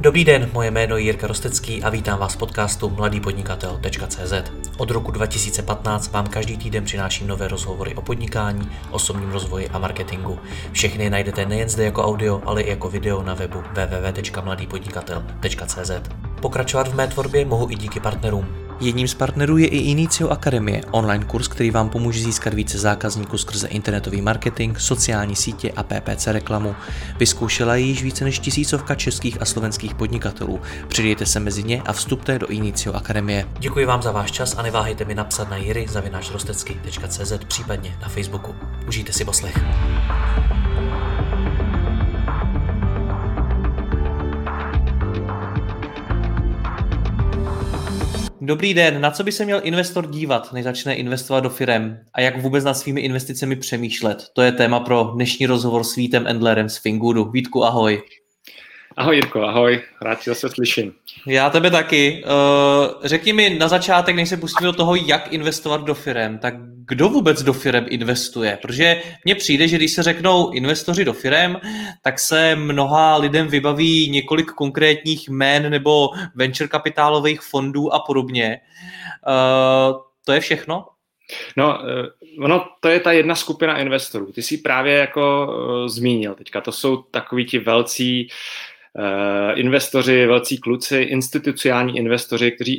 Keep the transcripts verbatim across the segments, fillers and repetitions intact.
Dobrý den, moje jméno je Jirka Rostecký a vítám vás v podcastu mladý podnikatel tečka cé zet. Od roku dva tisíce patnáct vám každý týden přináším nové rozhovory o podnikání, osobním rozvoji a marketingu. Všechny najdete nejen zde jako audio, ale i jako video na webu w w w tečka mladý podnikatel tečka cé zet. Pokračovat v mé tvorbě mohu i díky partnerům. Jedním z partnerů je i Inicio Akademie, online kurz, který vám pomůže získat více zákazníků skrze internetový marketing, sociální sítě a P P C reklamu. Vyzkoušela ji již více než tisícovka českých a slovenských podnikatelů. Přidejte se mezi ně a vstupte do Inicio Akademie. Děkuji vám za váš čas a neváhejte mi napsat na jiry zavináč rostecky tečka cé zet, případně na Facebooku. Užijte si poslech. Dobrý den, na co by se měl investor dívat, než začne investovat do firem a jak vůbec nad svými investicemi přemýšlet? To je téma pro dnešní rozhovor s Vítem Endlerem z Fingoodu. Vítku, ahoj. Ahoj Jirko, ahoj, rád tě zase slyším. Já tebe taky. Řekni mi na začátek, než se pustíme do toho, jak investovat do firem, tak kdo vůbec do firem investuje? Protože mně přijde, že když se řeknou investoři do firem, tak se mnoha lidem vybaví několik konkrétních jmén nebo venture kapitálových fondů a podobně. To je všechno? No, ono, to je ta jedna skupina investorů. Ty jsi právě jako uh, zmínil teďka. To jsou takoví ti velcí uh, investoři, velcí kluci, institucionální investoři, kteří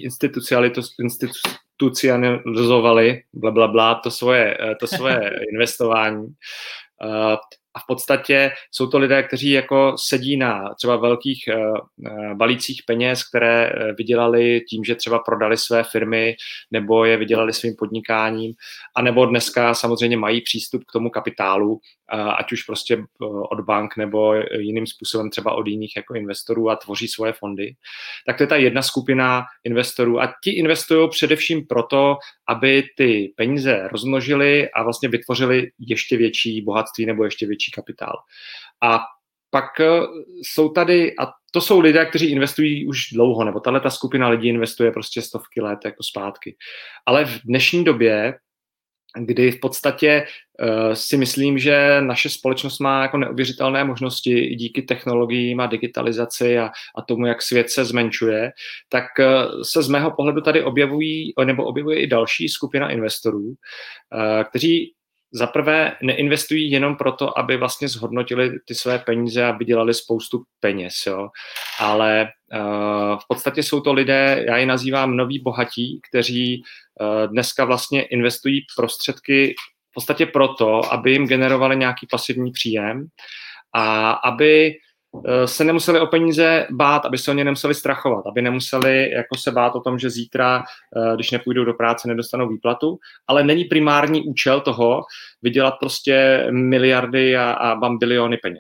institucionalizovali blablabla, to svoje, to svoje investování. Uh, A v podstatě jsou to lidé, kteří jako sedí na třeba velkých uh, balících peněz, které uh, vydělali tím, že třeba prodali své firmy nebo je vydělali svým podnikáním, anebo dneska samozřejmě mají přístup k tomu kapitálu, uh, ať už prostě uh, od bank nebo jiným způsobem třeba od jiných jako investorů a tvoří svoje fondy. Tak to je ta jedna skupina investorů a ti investují především proto, aby ty peníze rozmnožili a vlastně vytvořili ještě větší bohatství nebo ještě větší kapitál. A pak jsou tady, a to jsou lidé, kteří investují už dlouho, nebo tato skupina lidí investuje prostě stovky let jako zpátky. Ale v dnešní době, kdy v podstatě uh, si myslím, že naše společnost má jako neuvěřitelné možnosti i díky technologiím a digitalizaci a, a tomu, jak svět se zmenšuje, tak uh, se z mého pohledu tady objevují, nebo objevuje i další skupina investorů, uh, kteří za prvé neinvestují jenom proto, aby vlastně zhodnotili ty své peníze a vydělali spoustu peněz, jo. Ale uh, v podstatě jsou to lidé, já je nazývám noví bohatí, kteří uh, dneska vlastně investují prostředky v podstatě proto, aby jim generovali nějaký pasivní příjem a aby se nemuseli o peníze bát, aby se o ně nemuseli strachovat, aby nemuseli jako se bát o tom, že zítra, když nepůjdou do práce, nedostanou výplatu, ale není primární účel toho vydělat prostě miliardy a, a bambiliony peněz.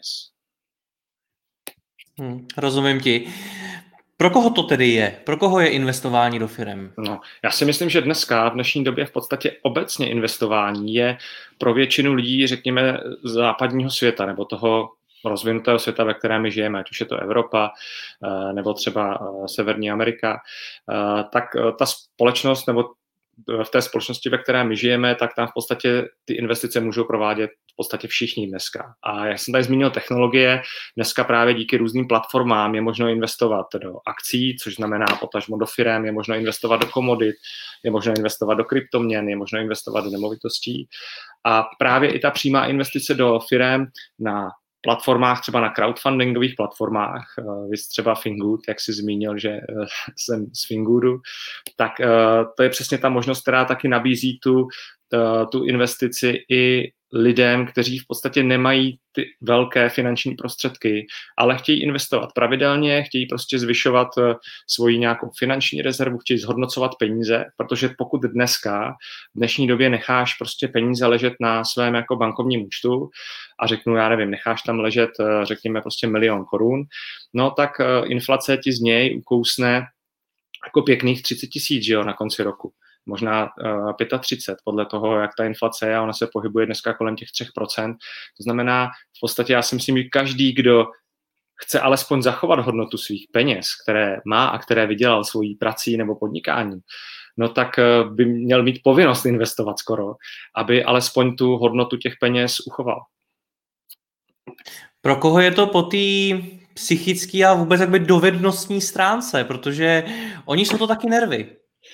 Hmm, rozumím ti. Pro koho to tedy je? Pro koho je investování do firem? No, já si myslím, že dneska, v dnešní době v podstatě obecně investování je pro většinu lidí, řekněme, západního světa nebo toho rozvinutého světa, ve kterém my žijeme, ať už je to Evropa nebo třeba Severní Amerika, tak ta společnost nebo v té společnosti, ve které my žijeme, tak tam v podstatě ty investice můžou provádět v podstatě všichni dneska. A jak jsem tady zmínil technologie, dneska právě díky různým platformám je možno investovat do akcí, což znamená potažmo do firem, je možno investovat do komodit, je možno investovat do kryptoměn, je možno investovat do nemovitostí. A právě i ta přímá investice do firem na platformách, třeba na crowdfundingových platformách, víc třeba Fingood, jak jsi zmínil, že jsem z Fingoodu, tak to je přesně ta možnost, která taky nabízí tu, tu investici i lidem, kteří v podstatě nemají ty velké finanční prostředky, ale chtějí investovat pravidelně, chtějí prostě zvyšovat svoji nějakou finanční rezervu, chtějí zhodnocovat peníze, protože pokud dneska, v dnešní době necháš prostě peníze ležet na svém jako bankovním účtu a řeknu, já nevím, necháš tam ležet, řekněme prostě milion korun, no tak inflace ti z něj ukousne jako pěkných třicet tisíc, že jo, na konci roku. Možná uh, třicet pět, podle toho, jak ta inflace je, ona se pohybuje dneska kolem těch tři procenta. To znamená, v podstatě já si myslím, že každý, kdo chce alespoň zachovat hodnotu svých peněz, které má a které vydělal svojí prací nebo podnikáním, no tak uh, by měl mít povinnost investovat skoro, aby alespoň tu hodnotu těch peněz uchoval. Pro koho je to po té psychický a vůbec jakoby dovednostní stránce, protože oni jsou to taky nervy.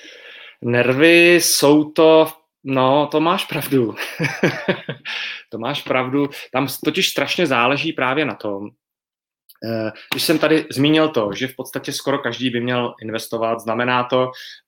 Nervy jsou to, no to máš pravdu. To máš pravdu. Tam totiž strašně záleží právě na tom, když jsem tady zmínil to, že v podstatě skoro každý by měl investovat, znamená to,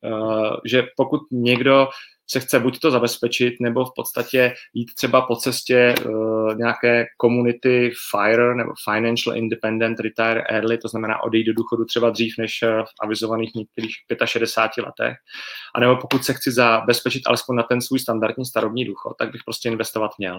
že pokud někdo se chce buď to zabezpečit, nebo v podstatě jít třeba po cestě uh, nějaké community FIRE nebo Financial Independent Retire Early, to znamená odejít do důchodu třeba dřív než v avizovaných některých šedesáti pěti letech, anebo pokud se chci zabezpečit alespoň na ten svůj standardní starobní důchod, tak bych prostě investovat měl.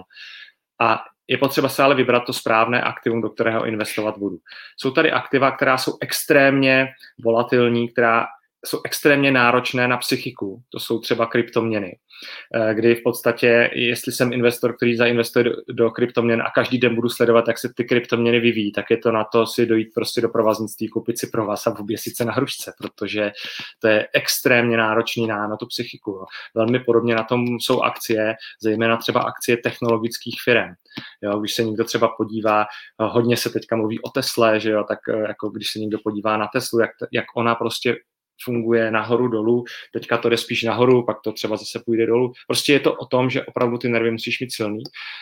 A je potřeba se ale vybrat to správné aktivum, do kterého investovat budu. Jsou tady aktiva, která jsou extrémně volatilní, která jsou extrémně náročné na psychiku. To jsou třeba kryptoměny, kdy v podstatě, jestli jsem investor, který zainvestuje do, do kryptoměn a každý den budu sledovat, jak se ty kryptoměny vyvíjí, tak je to na to si dojít prostě do provaznictví, koupit si provaz a oběsit se na hrušce, protože to je extrémně náročný na, na tu psychiku. Jo. Velmi podobně na tom jsou akcie, zejména třeba akcie technologických firm. Jo, když se někdo třeba podívá, hodně se teďka mluví o Tesle, že jo, tak jako když se někdo podívá na Teslu, jak, jak ona prostě funguje nahoru dolů, teďka to jde spíš nahoru, pak to třeba zase půjde dolů. Prostě je to o tom, že opravdu ty nervy musíš mít silný.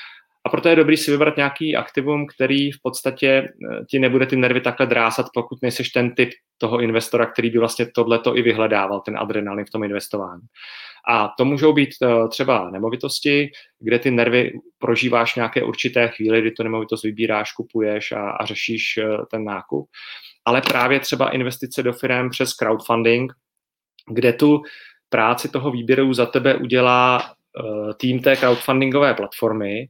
A proto je dobrý si vybrat nějaký aktivum, který v podstatě ti nebude ty nervy takhle drásat, pokud nejseš ten typ toho investora, který by vlastně tohleto i vyhledával, ten adrenalin v tom investování. A to můžou být třeba nemovitosti, kde ty nervy prožíváš nějaké určité chvíli, kdy to nemovitost vybíráš, kupuješ a, a řešíš ten nákup. Ale právě třeba investice do firem přes crowdfunding, kde tu práci toho výběru za tebe udělá uh, tým té crowdfundingové platformy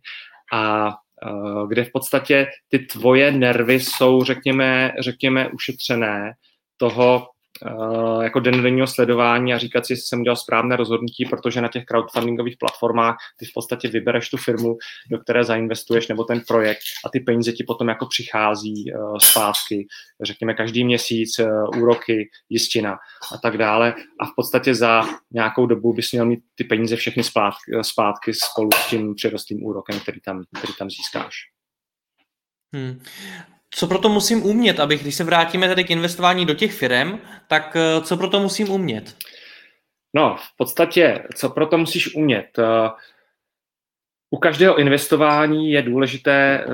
a uh, kde v podstatě ty tvoje nervy jsou, řekněme, řekněme ušetřené toho uh, jako denního sledování a říkat si, jestli jsem udělal správné rozhodnutí, protože na těch crowdfundingových platformách ty v podstatě vybereš tu firmu, do které zainvestuješ, nebo ten projekt a ty peníze ti potom jako přichází uh, zpátky, řekněme každý měsíc, uh, úroky, jistina a tak dále a v podstatě za nějakou dobu bys měl mít ty peníze všechny zpátky, zpátky spolu s tím přirostlým úrokem, který tam, který tam získáš. Hmm. Co proto musím umět, abych, když se vrátíme tady k investování do těch firem, tak co proto musím umět? No, v podstatě, co proto musíš umět? U každého investování je důležité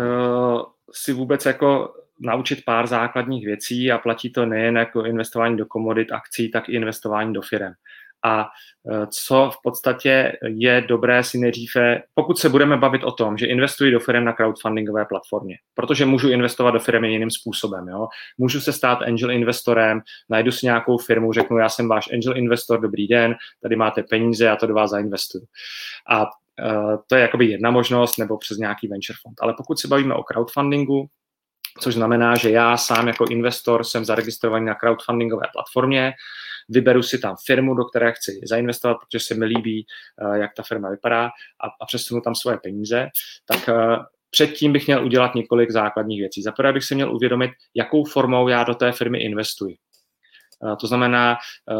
si vůbec jako naučit pár základních věcí a platí to nejen jako investování do komodit, akcí, tak i investování do firem. A co v podstatě je dobré si nejdříve, pokud se budeme bavit o tom, že investuji do firem na crowdfundingové platformě, protože můžu investovat do firmy jiným způsobem. Jo? Můžu se stát angel investorem, najdu si nějakou firmu, řeknu, já jsem váš angel investor, dobrý den, tady máte peníze, já to do vás zainvestuju. A uh, to je jakoby jedna možnost, nebo přes nějaký venture fond. Ale pokud se bavíme o crowdfundingu, což znamená, že já sám jako investor jsem zaregistrovaný na crowdfundingové platformě, vyberu si tam firmu, do které chci zainvestovat, protože se mi líbí, jak ta firma vypadá a, a přesunu tam svoje peníze, tak předtím bych měl udělat několik základních věcí. Za prvé bych si měl uvědomit, jakou formou já do té firmy investuji. To znamená,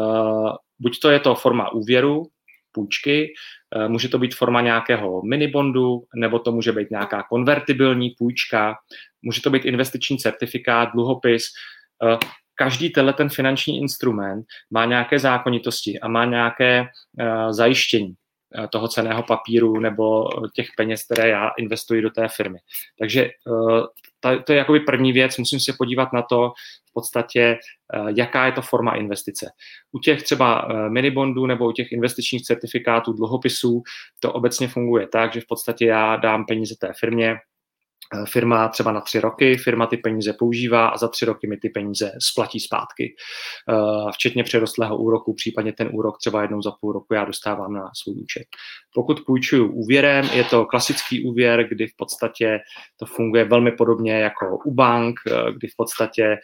buď to je to forma úvěru, půjčky, může to být forma nějakého minibondu, nebo to může být nějaká konvertibilní půjčka, může to být investiční certifikát, dluhopis. Každý tenhle ten finanční instrument má nějaké zákonitosti a má nějaké zajištění toho cenného papíru nebo těch peněz, které já investuji do té firmy. Takže to je jakoby první věc, musím se podívat na to v podstatě, jaká je to forma investice. U těch třeba minibondů nebo u těch investičních certifikátů, dluhopisů, to obecně funguje tak, že v podstatě já dám peníze té firmě, firma třeba na tři roky, firma ty peníze používá a za tři roky mi ty peníze splatí zpátky. Včetně přirostlého úroku, případně ten úrok třeba jednou za půl roku já dostávám na svůj účet. Pokud půjčuju úvěrem, je to klasický úvěr, kdy v podstatě to funguje velmi podobně jako u bank, kdy v podstatě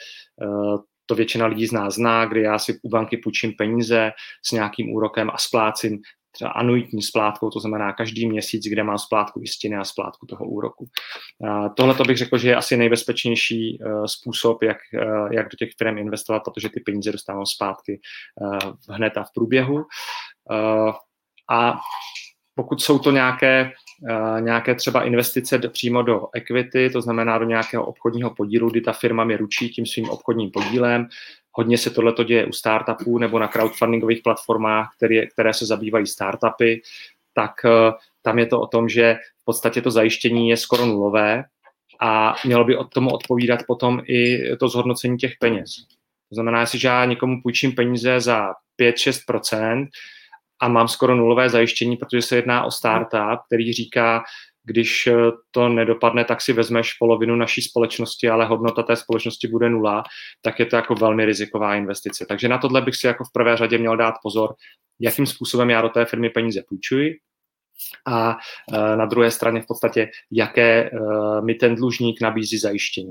to většina lidí z nás zná, kdy já si u banky půjčím peníze s nějakým úrokem a splácím třeba anuitní splátkou, to znamená každý měsíc, kde mám splátku jistiny a splátku toho úroku. Tohle to bych řekl, že je asi nejbezpečnější způsob, jak, jak do těch firm investovat, protože ty peníze dostávám zpátky hned a v průběhu. A pokud jsou to nějaké, uh, nějaké třeba investice do, přímo do equity, to znamená do nějakého obchodního podílu, kdy ta firma mi ručí tím svým obchodním podílem. Hodně se tohleto děje u startupů nebo na crowdfundingových platformách, které, které se zabývají startupy, tak uh, tam je to o tom, že v podstatě to zajištění je skoro nulové a mělo by od tomu odpovídat potom i to zhodnocení těch peněz. To znamená, jestli já někomu půjčím peníze za pět až šest procent a mám skoro nulové zajištění, protože se jedná o startup, který říká, když to nedopadne, tak si vezmeš polovinu naší společnosti, ale hodnota té společnosti bude nula, tak je to jako velmi riziková investice. Takže na tohle bych si jako v prvé řadě měl dát pozor, jakým způsobem já do té firmy peníze půjčuji a na druhé straně v podstatě, jaké mi ten dlužník nabízí zajištění.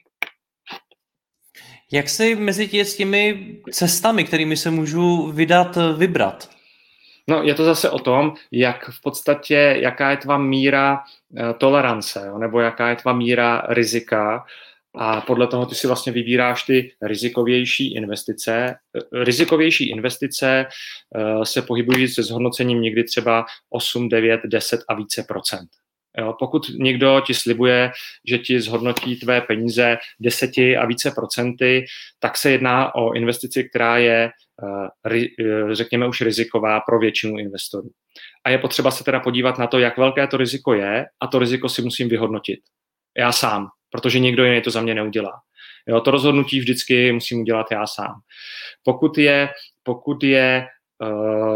Jak si mezi tě s těmi cestami, kterými se můžu vydat, vybrat? No, je to zase o tom, jak v podstatě, jaká je tvá míra tolerance, jo, nebo jaká je tvá míra rizika a podle toho ty si vlastně vybíráš ty rizikovější investice. Rizikovější investice uh, se pohybují se zhodnocením někdy třeba osm, devět, deset a více procent. Jo, pokud někdo ti slibuje, že ti zhodnotí tvé peníze deseti a více procenty, tak se jedná o investici, která je, řekněme, už riziková pro většinu investorů. A je potřeba se teda podívat na to, jak velké to riziko je a to riziko si musím vyhodnotit. Já sám, protože někdo jiný to za mě neudělá. Jo, to rozhodnutí vždycky musím udělat já sám. Pokud je, pokud je uh,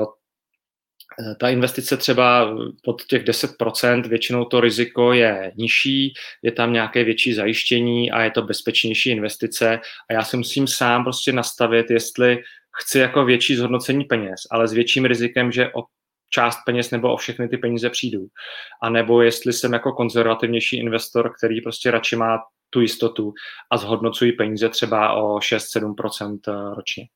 ta investice třeba pod těch deset procent, většinou to riziko je nižší, je tam nějaké větší zajištění a je to bezpečnější investice a já si musím sám prostě nastavit, jestli chci jako větší zhodnocení peněz, ale s větším rizikem, že o část peněz nebo o všechny ty peníze přijdu. A nebo jestli jsem jako konzervativnější investor, který prostě radši má tu jistotu a zhodnocují peníze třeba o šest až sedm procent ročně.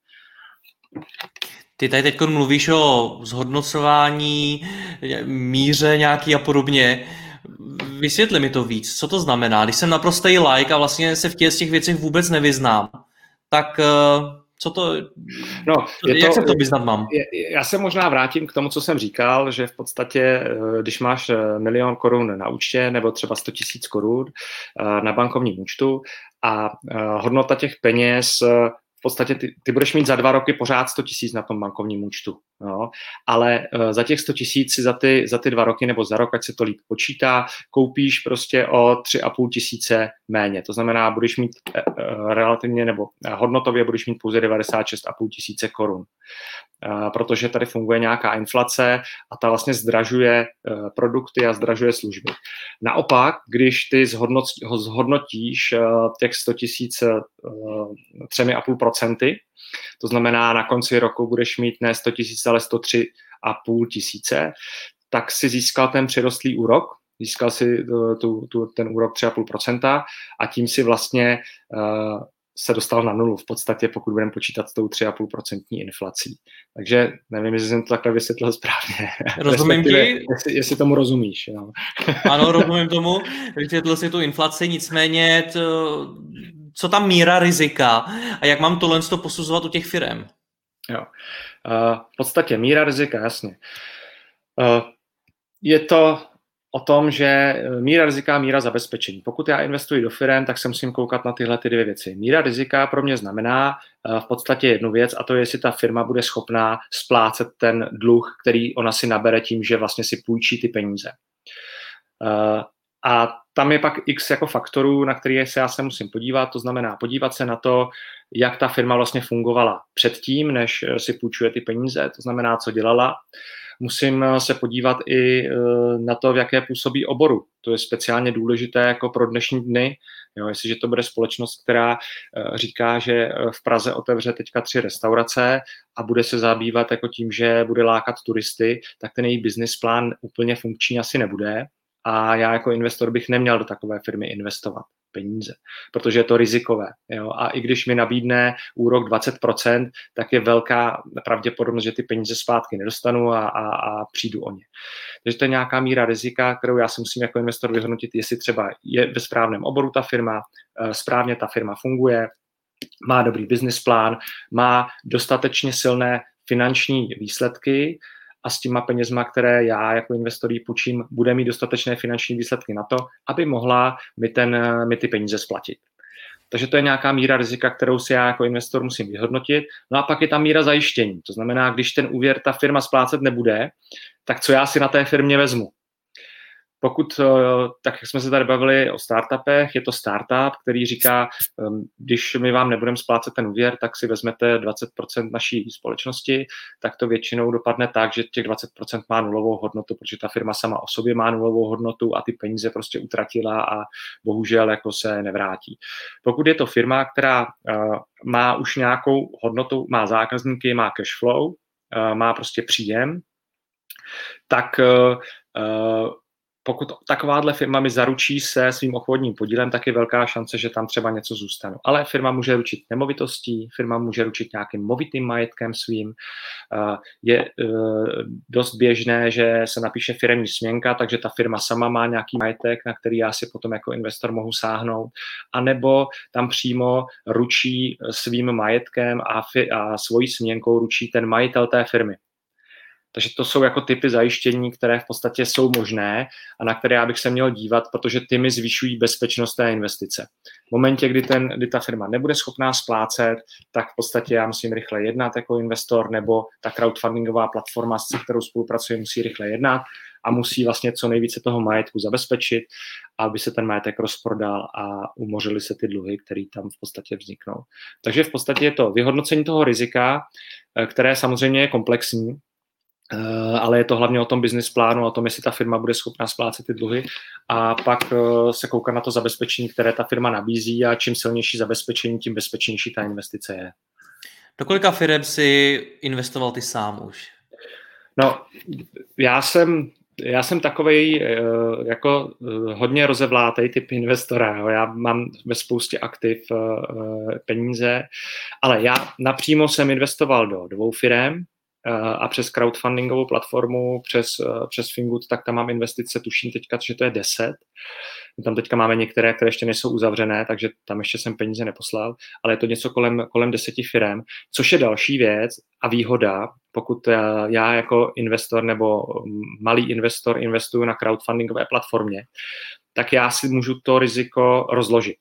Ty tady teď mluvíš o zhodnocování, míře nějaký a podobně. Vysvětli mi to víc. Co to znamená? Když jsem naprostý like a vlastně se v těch, z těch věcech vůbec nevyznám, tak co to, no, je jak to, se to vyznat mám? Já se možná vrátím k tomu, co jsem říkal, že v podstatě, když máš milion korun na účtě nebo třeba sto tisíc korun na bankovním účtu a hodnota těch peněz v podstatě ty, ty budeš mít za dva roky pořád sto tisíc na tom bankovním účtu. No. Ale uh, za těch sto tisíc si za ty, za ty dva roky nebo za rok, ať se to líp počítá, koupíš prostě o tři a půl tisíce méně. To znamená, budeš mít uh, relativně nebo hodnotově budeš mít pouze devadesát šest a půl tisíce korun. Uh, protože tady funguje nějaká inflace a ta vlastně zdražuje uh, produkty a zdražuje služby. Naopak, když ty zhodnot, ho zhodnotíš uh, těch sto tisíc uh, tři a půl procenty, to znamená, na konci roku budeš mít ne sto tisíc, ale sto tři a půl tisíce, tak si získal ten přirostlý úrok, získal si tu, tu, ten úrok tři a půl procenta a tím si vlastně uh, se dostal na nulu v podstatě, pokud budeme počítat s tou tři a půl procentní inflací. Takže nevím, jestli jsem to takhle vysvětlil správně. Rozumím ti. Jestli, jestli tomu rozumíš. No. Ano, rozumím tomu. Vysvětlil si tu inflaci, nicméně to, co tam míra rizika a jak mám tohle to posuzovat u těch firem? Jo. Uh, v podstatě míra rizika, jasně. Uh, je to o tom, že míra rizika a míra zabezpečení. Pokud já investuji do firem, tak se musím koukat na tyhle ty dvě věci. Míra rizika pro mě znamená uh, v podstatě jednu věc a to je, jestli ta firma bude schopná splácet ten dluh, který ona si nabere tím, že vlastně si půjčí ty peníze. Uh, a tam je pak x jako faktorů, na které se já se musím podívat, to znamená podívat se na to, jak ta firma vlastně fungovala předtím, než si půjčuje ty peníze, to znamená, co dělala. Musím se podívat i na to, v jaké působí oboru. To je speciálně důležité jako pro dnešní dny. Jo, jestliže to bude společnost, která říká, že v Praze otevře teďka tři restaurace a bude se zabývat jako tím, že bude lákat turisty, tak ten její business plán úplně funkční asi nebude. A já jako investor bych neměl do takové firmy investovat peníze, protože je to rizikové. Jo? A i když mi nabídne úrok dvacet procent, tak je velká pravděpodobnost, že ty peníze zpátky nedostanu a, a, a přijdu o ně. Takže to je nějaká míra rizika, kterou já si musím jako investor vyhodnotit, jestli třeba je ve správném oboru ta firma, správně ta firma funguje, má dobrý business plán, má dostatečně silné finanční výsledky a s těma penězma, které já jako investor jí půjčím, bude mít dostatečné finanční výsledky na to, aby mohla mi, ten, mi ty peníze splatit. Takže to je nějaká míra rizika, kterou si já jako investor musím vyhodnotit. No a pak je ta míra zajištění. To znamená, když ten úvěr ta firma splácet nebude, tak co já si na té firmě vezmu? Pokud, tak jak jsme se tady bavili o startupech, je to startup, který říká, když my vám nebudeme splácet ten úvěr, tak si vezmete dvacet procent naší společnosti, tak to většinou dopadne tak, že těch dvacet procent má nulovou hodnotu, protože ta firma sama o sobě má nulovou hodnotu a ty peníze prostě utratila a bohužel jako se nevrátí. Pokud je to firma, která má už nějakou hodnotu, má zákazníky, má cash flow, má prostě příjem, tak pokud takováhle firma mi zaručí se svým obchodním podílem, tak je velká šance, že tam třeba něco zůstane. Ale firma může ručit nemovitostí, firma může ručit nějakým movitým majetkem svým. Je dost běžné, že se napíše firemní směnka, takže ta firma sama má nějaký majetek, na který já si potom jako investor mohu sáhnout. A nebo tam přímo ručí svým majetkem a, fi- a svojí směnkou ručí ten majitel té firmy. Takže to jsou jako typy zajištění, které v podstatě jsou možné a na které já bych se měl dívat, protože ty mi zvyšují bezpečnost té investice. V momentě, kdy, ten, kdy ta firma nebude schopná splácet, tak v podstatě já musím rychle jednat jako investor, nebo ta crowdfundingová platforma, s kterou spolupracuji, musí rychle jednat a musí vlastně co nejvíce toho majetku zabezpečit, aby se ten majetek rozprodal a umořily se ty dluhy, které tam v podstatě vzniknou. Takže v podstatě je to vyhodnocení toho rizika, které samozřejmě je komplexní, ale je to hlavně o tom business plánu, o tom, jestli ta firma bude schopná splácet ty dluhy a pak se koukat na to zabezpečení, které ta firma nabízí a čím silnější zabezpečení, tím bezpečnější ta investice je. Do kolika firem si investoval ty sám už? No, já jsem, já jsem takovej jako hodně rozevlátej typ investora. Jo. Já mám ve spoustě aktiv peníze, ale já napřímo jsem investoval do dvou firem, a přes crowdfundingovou platformu, přes, přes Fingood, tak tam mám investice, tuším teďka, že to je deset. Tam teďka máme některé, které ještě nejsou uzavřené, takže tam ještě jsem peníze neposlal, ale je to něco kolem, kolem deseti firem, což je další věc a výhoda, pokud já jako investor nebo malý investor investuju na crowdfundingové platformě, tak já si můžu to riziko rozložit.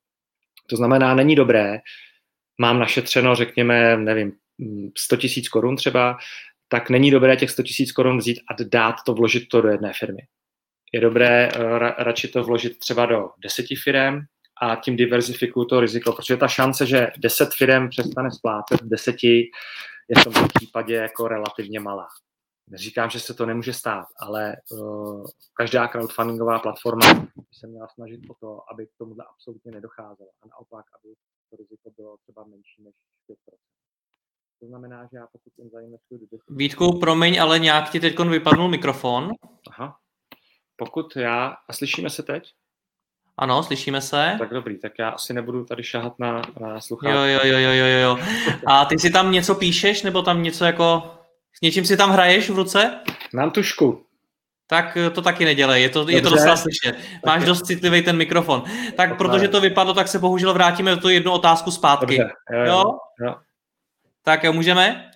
To znamená, není dobré, mám našetřeno, řekněme, nevím, sto tisíc korun třeba, tak není dobré těch sto tisíc korun vzít a dát to, vložit to do jedné firmy. Je dobré ra, radši to vložit třeba do deseti firem a tím diverzifikuju to riziko, protože ta šance, že deset firem přestane splácet v deseti, je v tomto případě jako relativně malá. Neříkám, že se to nemůže stát, ale uh, každá crowdfundingová platforma by se měla snažit o to, aby k tomu absolutně nedocházelo a naopak, aby to riziko bylo třeba menší než pět procent. To znamená, že já pokud jim zainvestuju do deseti... Vítku, promiň, ale nějak ti teď vypadnul mikrofon. Aha. Pokud já... A slyšíme se teď? Ano, slyšíme se. Tak dobrý, tak já asi nebudu tady šahat na, na sluchátko. Jo, jo, jo, jo, jo. A ty si tam něco píšeš, nebo tam něco jako... S něčím si tam hraješ v ruce? Mám tušku. Tak to taky nedělej, je to, je to docela slyšet. Máš okay. Dost citlivý ten mikrofon. Tak okay. Protože to vypadlo, tak se bohužel vrátíme do tu jednu otázku zpátky. Dobře, jo, jo, jo? jo. Tak jo, můžeme?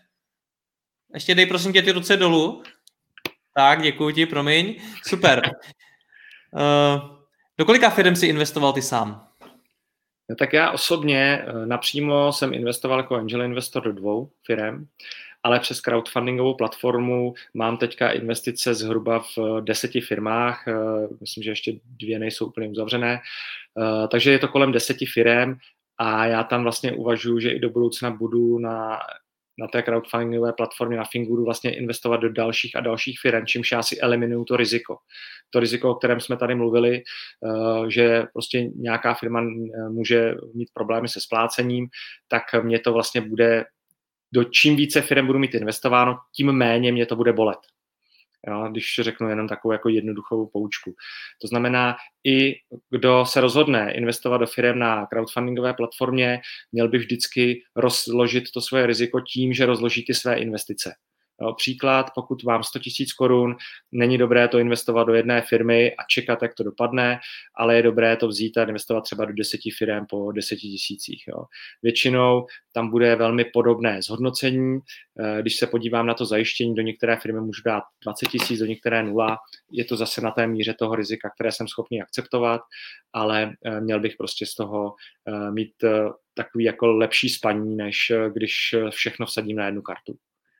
Ještě dej prosím tě ty ruce dolů. Tak, děkuji ti, promiň. Super. Uh, do kolika firm jsi investoval ty sám? No, tak já osobně napřímo jsem investoval jako angel investor do dvou firm, ale přes crowdfundingovou platformu mám teďka investice zhruba v deseti firmách, myslím, že ještě dvě nejsou úplně uzavřené, takže je to kolem deseti firm a já tam vlastně uvažuji, že i do budoucna budu na, na té crowdfundingové platformě na Fingoodu vlastně investovat do dalších a dalších firm, čímž já si eliminuju to riziko. To riziko, o kterém jsme tady mluvili, že prostě nějaká firma může mít problémy se splácením, tak mě to vlastně bude, do čím více firm budu mít investováno, tím méně mě to bude bolet. Jo, když řeknu jenom takovou jako jednoduchou poučku. To znamená, i kdo se rozhodne investovat do firem na crowdfundingové platformě, měl by vždycky rozložit to svoje riziko tím, že rozloží ty své investice. Jo, příklad, pokud mám sto tisíc korun, není dobré to investovat do jedné firmy a čekat, jak to dopadne, ale je dobré to vzít a investovat třeba do deseti firem po deseti tisících. Jo. Většinou tam bude velmi podobné zhodnocení. Když se podívám na to zajištění, do některé firmy můžu dát dvacet tisíc, do některé nula. Je to zase na té míře toho rizika, které jsem schopný akceptovat, ale měl bych prostě z toho mít takový jako lepší spaní, než když všechno vsadím na jednu kartu.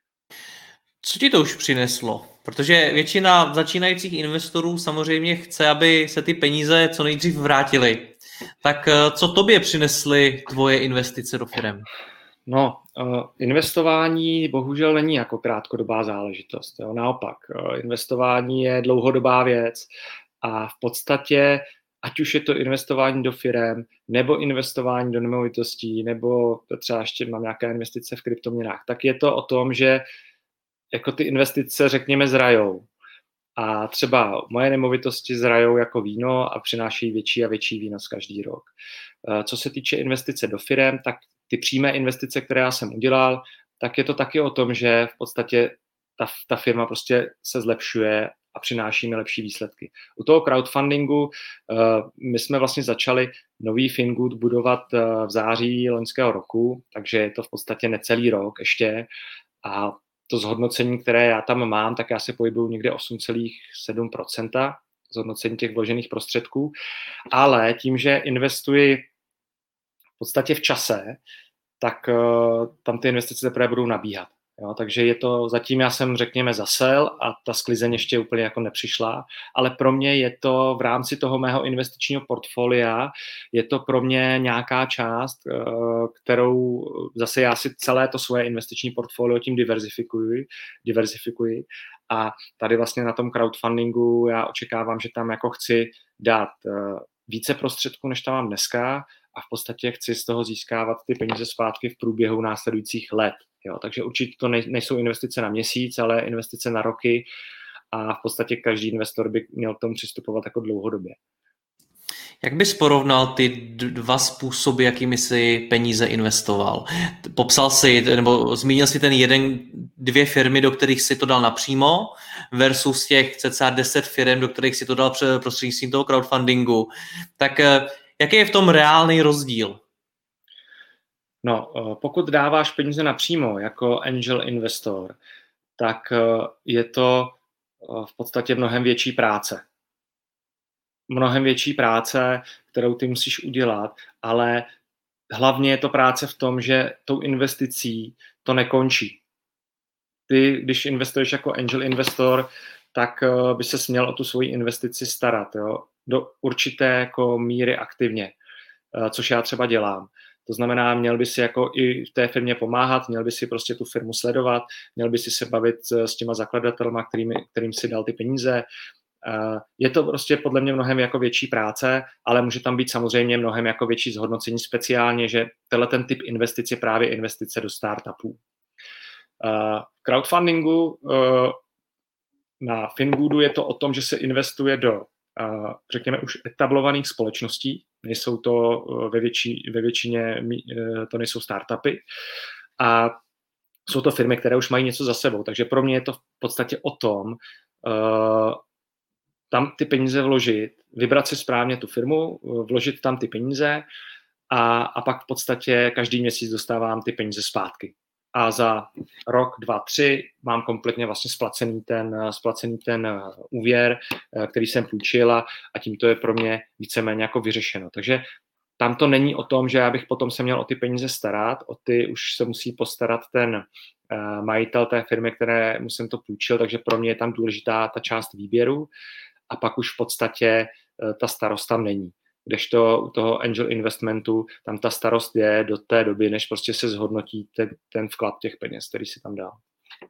Co ti to už přineslo? Protože většina začínajících investorů samozřejmě chce, aby se ty peníze co nejdřív vrátily. Tak co tobě přinesly tvoje investice do firem? No, investování bohužel není jako krátkodobá záležitost. Jo. Naopak, investování je dlouhodobá věc a v podstatě, ať už je to investování do firem, nebo investování do nemovitostí, nebo třeba ještě mám nějaké investice v kryptoměnách, tak je to o tom, že jako ty investice, řekněme, zrajou. A třeba moje nemovitosti zrajou jako víno a přinášejí větší a větší výnos každý rok. Co se týče investice do firem, tak ty přímé investice, které já jsem udělal, tak je to taky o tom, že v podstatě ta, ta firma prostě se zlepšuje a přináší mi lepší výsledky. U toho crowdfundingu my jsme vlastně začali nový Fingood budovat v září loňského roku, takže je to v podstatě necelý rok ještě a to zhodnocení, které já tam mám, tak já se pohybuju někde osm celá sedm procenta zhodnocení těch vložených prostředků, ale tím, že investuji v podstatě v čase, tak uh, tam ty investice teprve budou nabíhat. Jo, takže je to, zatím já jsem, řekněme, zasel a ta sklizeň ještě úplně jako nepřišla, ale pro mě je to v rámci toho mého investičního portfolia, je to pro mě nějaká část, kterou zase já si celé to svoje investiční portfolio tím diverzifikuji, diverzifikuji a tady vlastně na tom crowdfundingu já očekávám, že tam jako chci dát více prostředků, než tam mám dneska a v podstatě chci z toho získávat ty peníze zpátky v průběhu následujících let. Jo, takže určitě to nejsou investice na měsíc, ale investice na roky a v podstatě každý investor by měl k tomu přistupovat jako dlouhodobě. Jak bys porovnal ty dva způsoby, jakými jsi peníze investoval? Popsal jsi, nebo zmínil jsi ten jeden, dvě firmy, do kterých si to dal napřímo versus těch cca deset firm, do kterých si to dal prostřednictvím toho crowdfundingu. Tak jaký je v tom reálný rozdíl? No, pokud dáváš peníze napřímo jako angel investor, tak je to v podstatě mnohem větší práce. Mnohem větší práce, kterou ty musíš udělat, ale hlavně je to práce v tom, že tou investicí to nekončí. Ty, když investuješ jako angel investor, tak by ses měl o tu svoji investici starat, jo? Do určité jako míry aktivně, což já třeba dělám. To znamená, měl by si jako i v té firmě pomáhat, měl by si prostě tu firmu sledovat, měl by si se bavit s těma zakladatelma, kterým, kterým si dal ty peníze. Je to prostě podle mě mnohem jako větší práce, ale může tam být samozřejmě mnohem jako větší zhodnocení, speciálně, že tenhle ten typ investic je právě investice do startupů. V crowdfundingu na Fingoodu je to o tom, že se investuje do, řekněme, už etablovaných společností, nejsou to ve, větši, ve většině, to nejsou startupy a jsou to firmy, které už mají něco za sebou, takže pro mě je to v podstatě o tom, tam ty peníze vložit, vybrat si správně tu firmu, vložit tam ty peníze a, a pak v podstatě každý měsíc dostávám ty peníze zpátky. A za rok, dva, tři mám kompletně vlastně splacený ten, splacený ten úvěr, který jsem půjčila a tím to je pro mě víceméně jako vyřešeno. Takže tam to není o tom, že já bych potom se měl o ty peníze starat, o ty už se musí postarat ten uh, majitel té firmy, které mu jsem to půjčil, takže pro mě je tam důležitá ta část výběru a pak už v podstatě uh, ta starost tam není. Kdežto u toho angel investmentu tam ta starost je do té doby, než prostě se zhodnotí ten, ten vklad těch peněz, který si tam dal.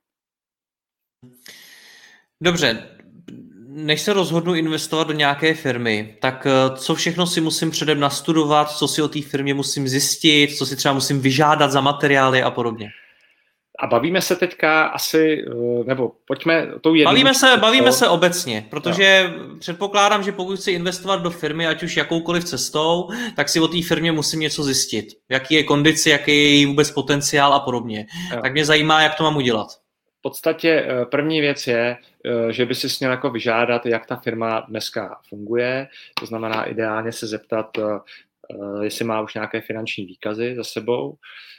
Dobře, než se rozhodnu investovat do nějaké firmy, tak co všechno si musím předem nastudovat, co si o té firmě musím zjistit, co si třeba musím vyžádat za materiály a podobně? A bavíme se teďka asi, nebo pojďme tou jednou... Bavíme se, bavíme se obecně, protože no. Předpokládám, že pokud chci investovat do firmy, ať už jakoukoliv cestou, tak si o té firmě musím něco zjistit. Jaký je kondice, jaký je její vůbec potenciál a podobně. Jo. Tak mě zajímá, jak to mám udělat. v podstatě první věc je, že by si měl jako vyžádat, jak ta firma dneska funguje. To znamená ideálně se zeptat, jestli má už nějaké finanční výkazy za sebou.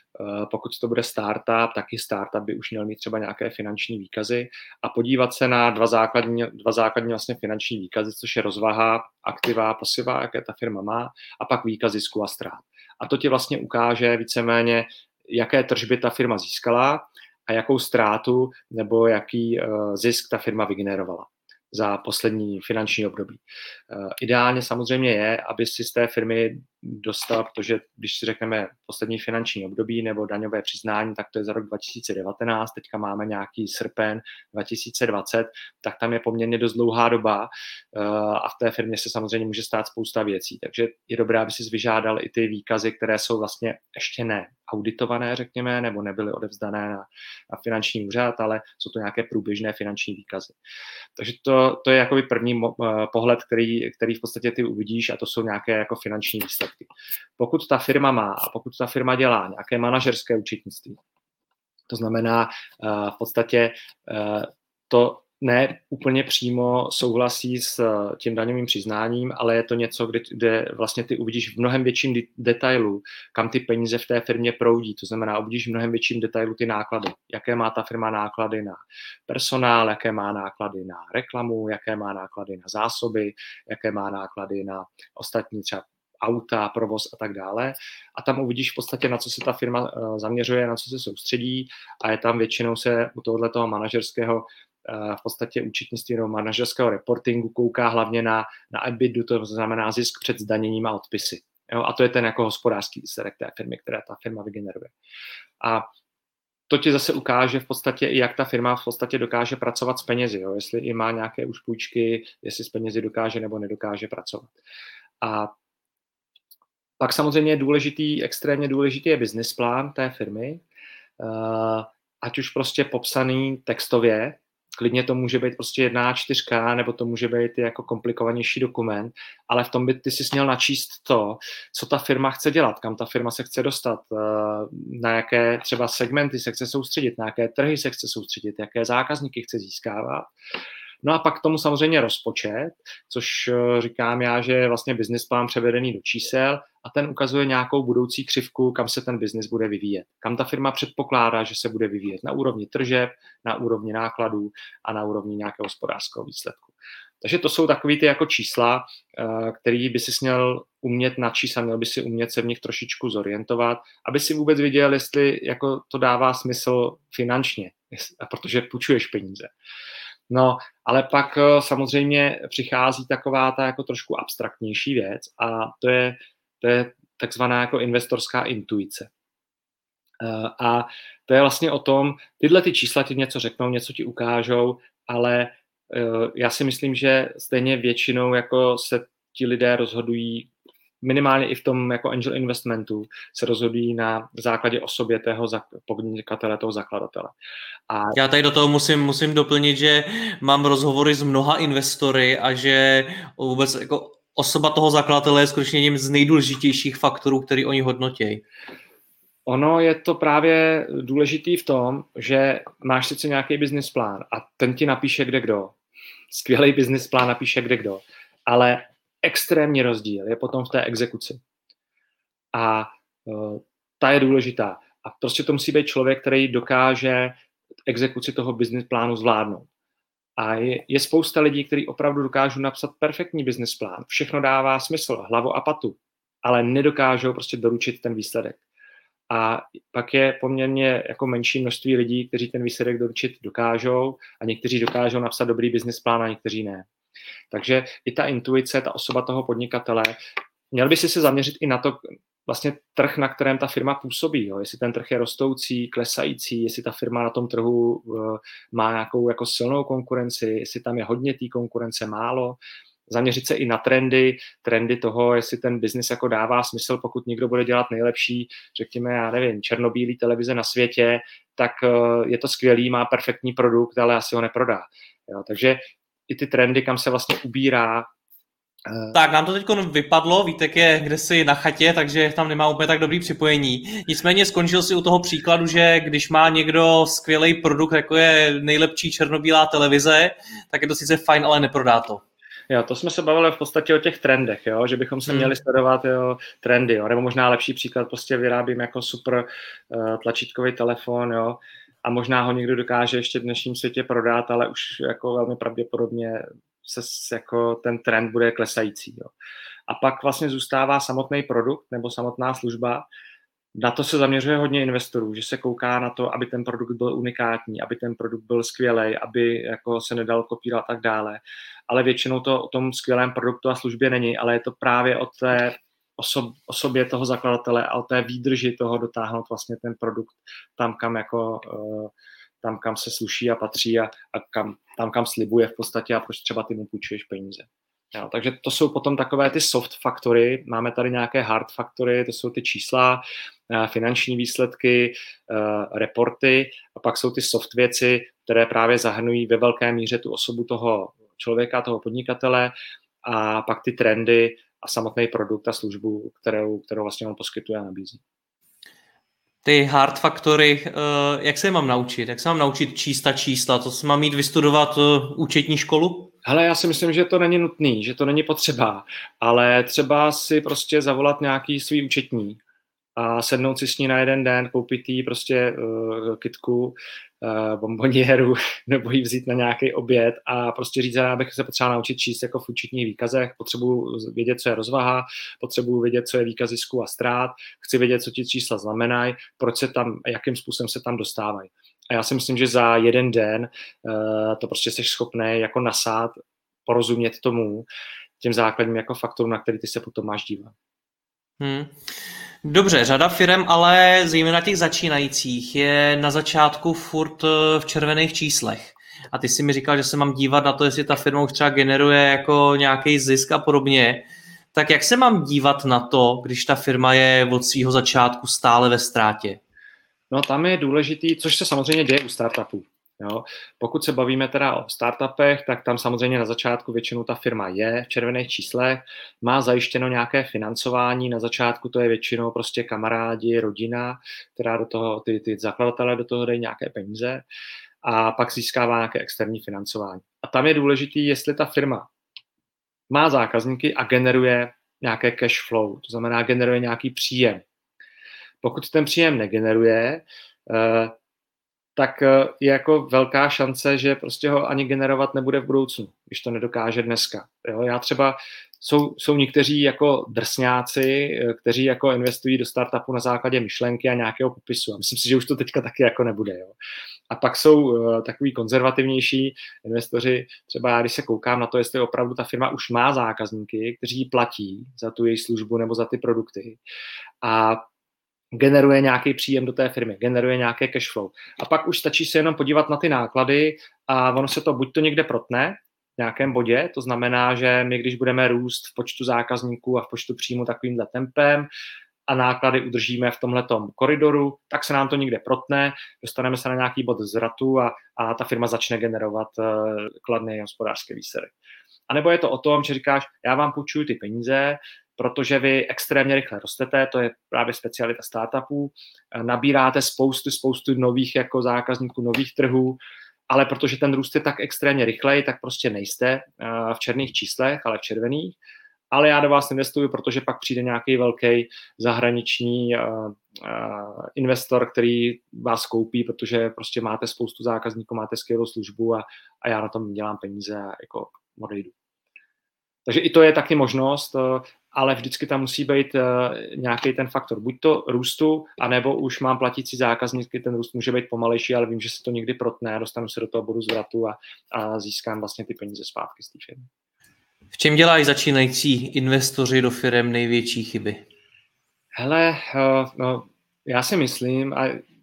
Pokud to bude startup, taky startup by už měl mít třeba nějaké finanční výkazy a podívat se na dva základní, dva základní vlastně finanční výkazy, což je rozvaha, aktiva, pasiva, jaké ta firma má, a pak výkaz zisku a ztrát. A to ti vlastně ukáže víceméně, jaké tržby ta firma získala a jakou ztrátu nebo jaký uh, zisk ta firma vygenerovala za poslední finanční období. Uh, ideálně samozřejmě je, aby si z té firmy dostal, protože když si řekneme poslední finanční období nebo daňové přiznání, tak to je za rok dva tisíce devatenáct, teďka máme nějaký srpen dva tisíce dvacet, tak tam je poměrně dost dlouhá doba uh, a v té firmě se samozřejmě může stát spousta věcí, takže je dobré, aby si vyžádal i ty výkazy, které jsou vlastně ještě ne auditované, řekněme, nebo nebyly odevzdané na, na finanční úřad, ale jsou to nějaké průběžné finanční výkazy. Takže to, to je jakoby první mo, uh, pohled, který, který v podstatě ty uvidíš, a to jsou nějaké jako finanční výsledky. Pokud ta firma má a pokud ta firma dělá nějaké manažerské účetnictví, to znamená uh, v podstatě uh, to ne úplně přímo souhlasí s tím daňovým přiznáním, ale je to něco, kde, kde vlastně ty uvidíš v mnohem větším detailu, kam ty peníze v té firmě proudí. To znamená, uvidíš v mnohem větším detailu ty náklady. Jaké má ta firma náklady na personál, jaké má náklady na reklamu, jaké má náklady na zásoby, jaké má náklady na ostatní třeba auta, provoz a tak dále. A tam uvidíš v podstatě, na co se ta firma zaměřuje, na co se soustředí, a je tam většinou se u tohoto manažerského v podstatě účetnictví nebo manažerského reportingu kouká hlavně na, na EBITDA, to znamená zisk před zdaněním a odpisy. Jo? A to je ten jako hospodářský výsledek té firmy, která ta firma vygeneruje. A to ti zase ukáže v podstatě, jak ta firma v podstatě dokáže pracovat s penězi. Jo? Jestli i má nějaké už půjčky, jestli s penězi dokáže nebo nedokáže pracovat. A pak samozřejmě je důležitý, extrémně důležitý je business plán té firmy, ať už prostě popsaný textově, klidně to může být prostě jedna á čtyři, nebo to může být jako komplikovanější dokument, ale v tom by ty si měl načíst to, co ta firma chce dělat, kam ta firma se chce dostat, na jaké třeba segmenty se chce soustředit, na jaké trhy se chce soustředit, jaké zákazníky chce získávat. No a pak k tomu samozřejmě rozpočet, což říkám já, že je vlastně business plán převedený do čísel a ten ukazuje nějakou budoucí křivku, kam se ten business bude vyvíjet. Kam ta firma předpokládá, že se bude vyvíjet na úrovni tržeb, na úrovni nákladů a na úrovni nějakého hospodářského výsledku. Takže to jsou takový ty jako čísla, který by si měl umět načíst a měl by si umět se v nich trošičku zorientovat, aby si vůbec viděl, jestli jako to dává smysl finančně, protože půjčuješ peníze. No, ale pak samozřejmě přichází taková ta jako trošku abstraktnější věc a to je, to je takzvaná jako investorská intuice. A to je vlastně o tom, tyhle ty čísla ti něco řeknou, něco ti ukážou, ale já si myslím, že stejně většinou jako se ti lidé rozhodují, minimálně i v tom jako angel investmentu, se rozhodují na základě osobě tého podnikatele, toho zakladatele. A já tady do toho musím, musím doplnit, že mám rozhovory s mnoha investory a že vůbec jako osoba toho zakladatele je skutečně jedním z nejdůležitějších faktorů, který oni hodnotí. Ono je to právě důležitý v tom, že máš sice nějaký business plán a ten ti napíše kde kdo. Skvělý business plán napíše kde kdo, ale extrémní rozdíl je potom v té exekuci. A uh, ta je důležitá. A prostě to musí být člověk, který dokáže exekuci toho business plánu zvládnout. A je, je spousta lidí, kteří opravdu dokážou napsat perfektní business plán. Všechno dává smysl, hlavu a patu, ale nedokážou prostě doručit ten výsledek. A pak je poměrně jako menší množství lidí, kteří ten výsledek doručit dokážou a někteří dokážou napsat dobrý business plán a někteří ne. Takže i ta intuice, ta osoba toho podnikatele, měl by si se zaměřit i na to, vlastně trh, na kterém ta firma působí. Jo. Jestli ten trh je rostoucí, klesající, jestli ta firma na tom trhu uh, má nějakou jako silnou konkurenci, jestli tam je hodně té konkurence, málo. Zaměřit se i na trendy, trendy toho, jestli ten biznis jako dává smysl, pokud někdo bude dělat nejlepší, řekněme, já nevím, černobílý televize na světě, tak uh, je to skvělý, má perfektní produkt, ale asi ho neprodá. Jo. Takže i ty trendy, kam se vlastně ubírá Tak, nám to teď vypadlo, Vítek je kdesi na chatě, takže tam nemá úplně tak dobrý připojení. Nicméně skončil si u toho příkladu, že když má někdo skvělý produkt, jako je nejlepší černobílá televize, tak je to sice fajn, ale neprodá to. Jo, to jsme se bavili v podstatě o těch trendech, jo? Že bychom se hmm. měli sledovat jo, trendy, jo? Nebo možná lepší příklad, prostě vyrábím jako super uh, tlačítkový telefon, jo? A možná ho někdo dokáže ještě v dnešním světě prodat, ale už jako velmi pravděpodobně se jako ten trend bude klesající. Jo? A pak vlastně zůstává samotný produkt nebo samotná služba. Na to se zaměřuje hodně investorů, že se kouká na to, aby ten produkt byl unikátní, aby ten produkt byl skvělej, aby jako se nedal kopírovat a tak dále. Ale většinou to o tom skvělém produktu a službě není, ale je to právě o té osob, osobě toho zakladatele a o té výdrži toho dotáhnout vlastně ten produkt tam, kam jako tam, kam se sluší a patří a, a kam, tam, kam slibuje v podstatě a proč třeba ty mu půjčuješ peníze. Jo, takže to jsou potom takové ty soft faktory, máme tady nějaké hard faktory, to jsou ty čísla, finanční výsledky, reporty a pak jsou ty soft věci, které právě zahrnují ve velké míře tu osobu toho člověka, toho podnikatele a pak ty trendy a samotný produkt a službu, kterou, kterou vlastně on poskytuje a nabízí. Ty hard faktory, jak se je mám naučit? Jak se mám naučit číst ta čísla? To se mám jít vystudovat účetní školu? Hele, já si myslím, že to není nutný, že to není potřeba, ale třeba si prostě zavolat nějaký svý účetní a sednout si s ní na jeden den, koupit jí prostě uh, kitku, uh, bombonieru, nebo jí vzít na nějaký oběd a prostě říct, že já bych se potřeboval naučit číst jako v účetních výkazech, potřebuji vědět, co je rozvaha, potřebuji vědět, co je výkaz zisku a ztrát, chci vědět, co ti čísla znamenají, proč se tam, jakým způsobem se tam dostávají. A já si myslím, že za jeden den uh, to prostě jsi schopný jako nasát, porozumět tomu, těm základním jako faktorům, na který ty se potom máš dívat. Hmm. Dobře, řada firem, ale zejména těch začínajících, je na začátku furt v červených číslech. A ty si mi říkal, že se mám dívat na to, jestli ta firma už třeba generuje jako nějaký zisk a podobně. Tak jak se mám dívat na to, když ta firma je od svého začátku stále ve ztrátě? No tam je důležitý, což se samozřejmě děje u startupů. Jo. Pokud se bavíme teda o startupech, tak tam samozřejmě na začátku většinou ta firma je v červených číslech, má zajištěno nějaké financování, na začátku to je většinou prostě kamarádi, rodina, která do toho, ty, ty zakladatelé do toho dají nějaké peníze a pak získává nějaké externí financování. A tam je důležitý, jestli ta firma má zákazníky a generuje nějaké cash flow, to znamená generuje nějaký příjem. Pokud ten příjem negeneruje, tak je jako velká šance, že prostě ho ani generovat nebude v budoucnu, když to nedokáže dneska. Jo? Já třeba, jsou, jsou někteří jako drsňáci, kteří jako investují do startupu na základě myšlenky a nějakého popisu. A myslím si, že už to teďka taky jako nebude. Jo? A pak jsou uh, takový konzervativnější investoři, třeba já, když se koukám na to, jestli opravdu ta firma už má zákazníky, kteří platí za tu její službu nebo za ty produkty. A generuje nějaký příjem do té firmy, generuje nějaké cash flow. A pak už stačí se jenom podívat na ty náklady a ono se to buď to někde protne v nějakém bodě, to znamená, že my, když budeme růst v počtu zákazníků a v počtu příjmu takovýmhle tempem a náklady udržíme v tomhletom koridoru, tak se nám to někde protne, dostaneme se na nějaký bod zvratu a, a ta firma začne generovat uh, kladný hospodářský výsledek. A nebo je to o tom, že říkáš, já vám půjčuju ty peníze, protože vy extrémně rychle rostete, to je právě specialita startupů, nabíráte spoustu, spoustu nových jako zákazníků, nových trhů, ale protože ten růst je tak extrémně rychlej, tak prostě nejste v černých číslech, ale v červených. Ale já do vás investuju, protože pak přijde nějaký velký zahraniční uh, uh, investor, který vás koupí, protože prostě máte spoustu zákazníků, máte skvělou službu a, a já na tom dělám peníze a jako odejdu. Takže i to je taky možnost, ale vždycky tam musí být nějaký ten faktor. Buď to růstu, anebo už mám platící zákazníky, ten růst může být pomalejší, ale vím, že se to někdy protne, dostanu se do toho bodu zvratu a, a získám vlastně ty peníze zpátky z té firmy. V čem dělají začínající investoři do firem největší chyby? Hele, no, já si myslím,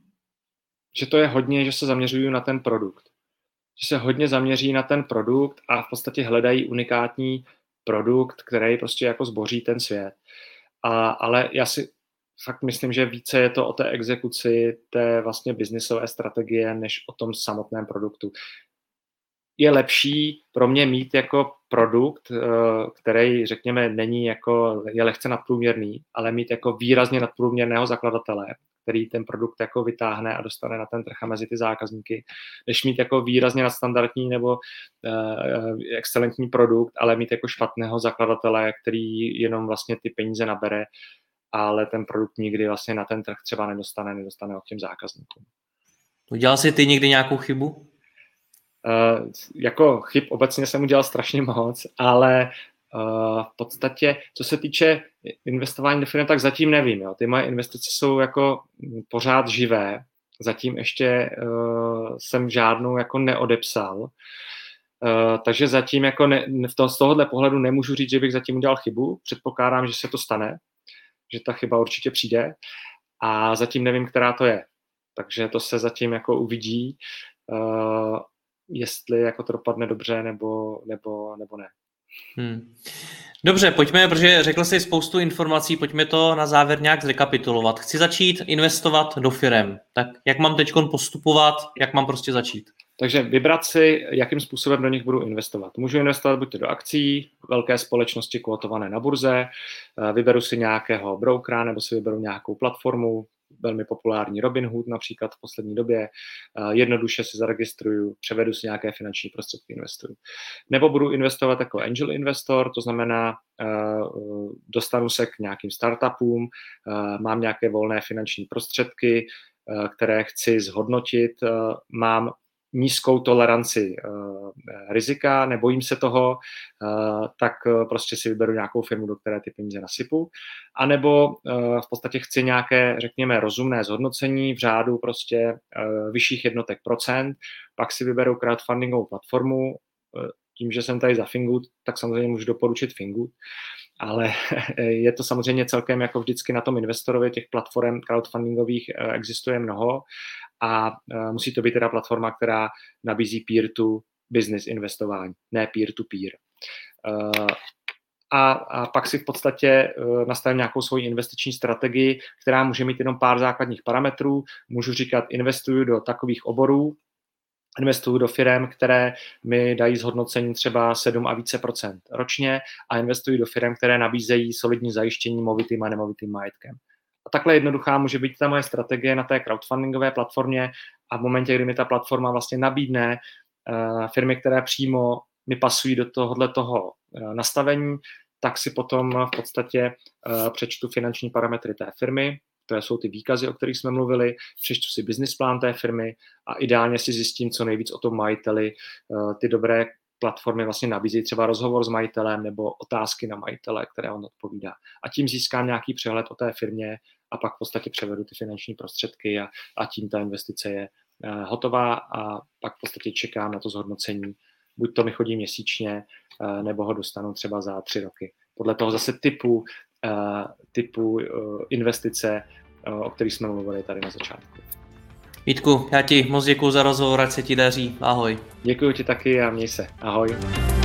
že to je hodně, že se zaměřují na ten produkt. Že se hodně zaměří na ten produkt a v podstatě hledají unikátní produkt, který prostě jako zboří ten svět. A, ale já si fakt myslím, že více je to o té exekuci té vlastně biznisové strategie, než o tom samotném produktu. Je lepší pro mě mít jako produkt, který, řekněme, není jako, je lehce nadprůměrný, ale mít jako výrazně nadprůměrného zakladatele, který ten produkt jako vytáhne a dostane na ten trh a mezi ty zákazníky, než mít jako výrazně nadstandardní nebo uh, excelentní produkt, ale mít jako špatného zakladatele, který jenom vlastně ty peníze nabere, ale ten produkt nikdy vlastně na ten trh třeba nedostane, nedostane od těm zákazníkům. Udělal jsi ty někdy nějakou chybu? Uh, jako chyb obecně jsem udělal strašně moc, ale uh, v podstatě, co se týče investování do firmy, tak zatím nevím. Jo. Ty moje investice jsou jako pořád živé. Zatím ještě uh, jsem žádnou jako neodepsal. Uh, takže zatím jako ne, v to, z tohohle pohledu nemůžu říct, že bych zatím udělal chybu. Předpokládám, že se to stane, že ta chyba určitě přijde a zatím nevím, která to je. Takže to se zatím jako uvidí, uh, jestli jako to dopadne dobře nebo, nebo, nebo ne. Hmm. Dobře, pojďme, protože řekl jsi spoustu informací, pojďme to na závěr nějak zrekapitulovat. Chci začít investovat do firem. Tak jak mám teď postupovat, jak mám prostě začít? Takže vybrat si, jakým způsobem do nich budu investovat. Můžu investovat buď do akcí, velké společnosti kotované na burze, vyberu si nějakého brokera nebo si vyberu nějakou platformu, velmi populární Robinhood například v poslední době, jednoduše si zaregistruju, převedu si nějaké finanční prostředky, investuju. Nebo budu investovat jako angel investor, to znamená, dostanu se k nějakým startupům, mám nějaké volné finanční prostředky, které chci zhodnotit, mám nízkou toleranci uh, rizika, nebojím se toho, uh, tak uh, prostě si vyberu nějakou firmu, do které ty peníze nasypu. A nebo uh, v podstatě chci nějaké, řekněme, rozumné zhodnocení v řádu prostě uh, vyšších jednotek procent, pak si vyberu crowdfundingovou platformu. Uh, tím, že jsem tady za Fingood, tak samozřejmě můžu doporučit Fingood, ale je to samozřejmě celkem jako vždycky na tom investorovi, těch platform crowdfundingových uh, existuje mnoho a uh, musí to být teda platforma, která nabízí peer-to-business investování, ne peer-to-peer. Uh, a, a pak si v podstatě uh, nastavím nějakou svoji investiční strategii, která může mít jenom pár základních parametrů. Můžu říkat, investuju do takových oborů, investuju do firem, které mi dají zhodnocení třeba sedm a více procent ročně a investuju do firem, které nabízejí solidní zajištění movitým a nemovitým majetkem. A takhle jednoduchá může být ta moje strategie na té crowdfundingové platformě a v momentě, kdy mi ta platforma vlastně nabídne uh, firmy, které přímo mi pasují do tohohle toho uh, nastavení, tak si potom v podstatě uh, přečtu finanční parametry té firmy, to jsou ty výkazy, o kterých jsme mluvili, přečtu si business plán té firmy a ideálně si zjistím co nejvíc o tom majiteli. Uh, ty dobré platformy vlastně nabízí třeba rozhovor s majitelem nebo otázky na majitele, které on odpovídá. A tím získám nějaký přehled o té firmě a pak v podstatě převedu ty finanční prostředky a, a tím ta investice je uh, hotová a pak v podstatě čekám na to zhodnocení. Buď to mi chodí měsíčně, uh, nebo ho dostanu třeba za tři roky. Podle toho zase typu, uh, typu uh, investice, uh, o kterých jsme mluvili tady na začátku. Vítku, já ti moc děkuju za rozhovor, ať se ti daří. Ahoj. Děkuju ti taky a měj se. Ahoj.